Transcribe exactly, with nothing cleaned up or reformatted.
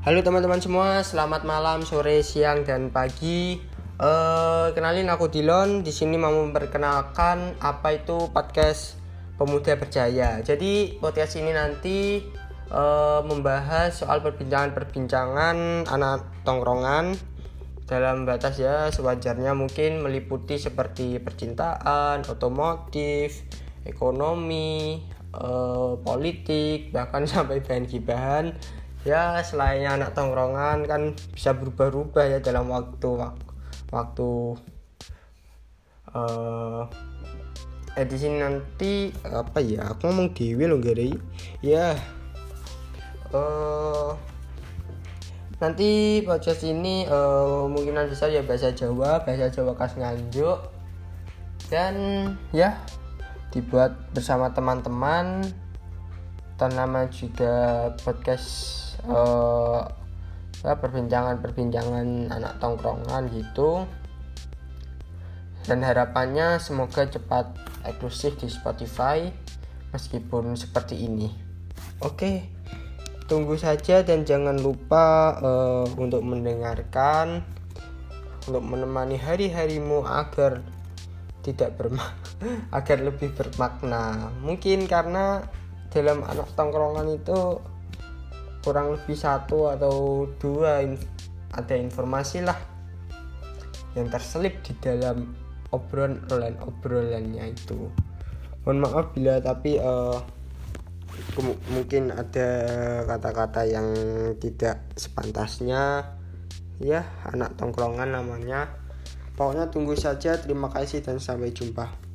Halo teman-teman semua, selamat malam, sore, siang, dan pagi. Uh, kenalin aku Dilon. Di sini mau memperkenalkan apa itu podcast Pemuda Berjaya. Jadi podcast ini nanti uh, membahas soal perbincangan-perbincangan anak tongkrongan dalam batas ya sewajarnya, mungkin meliputi seperti percintaan, otomotif, ekonomi, uh, politik, bahkan sampai bahan gibahan. Ya selainnya anak tongkrongan kan bisa berubah-ubah ya dalam waktu waktu uh, edisi nanti apa ya aku ngomong dewe loh gak ya uh, nanti podcast ini uh, kemungkinan besar ya bahasa Jawa bahasa Jawa khas Nganjuk, dan ya dibuat bersama teman-teman, ternama juga podcast Uh, ya, perbincangan-perbincangan anak tongkrongan gitu, dan harapannya semoga cepat eksklusif di Spotify meskipun seperti ini. Oke, tunggu saja dan jangan lupa uh, untuk mendengarkan, untuk menemani hari-harimu agar tidak bermak agar lebih bermakna. Mungkin karena dalam anak tongkrongan itu kurang lebih satu atau dua inf- ada informasi lah yang terselip di dalam obrolan obrolannya itu. Mohon maaf bila tapi uh, ke- mungkin ada kata-kata yang tidak sepantasnya ya, anak tongkrongan namanya. Pokoknya tunggu saja. Terima kasih dan sampai jumpa.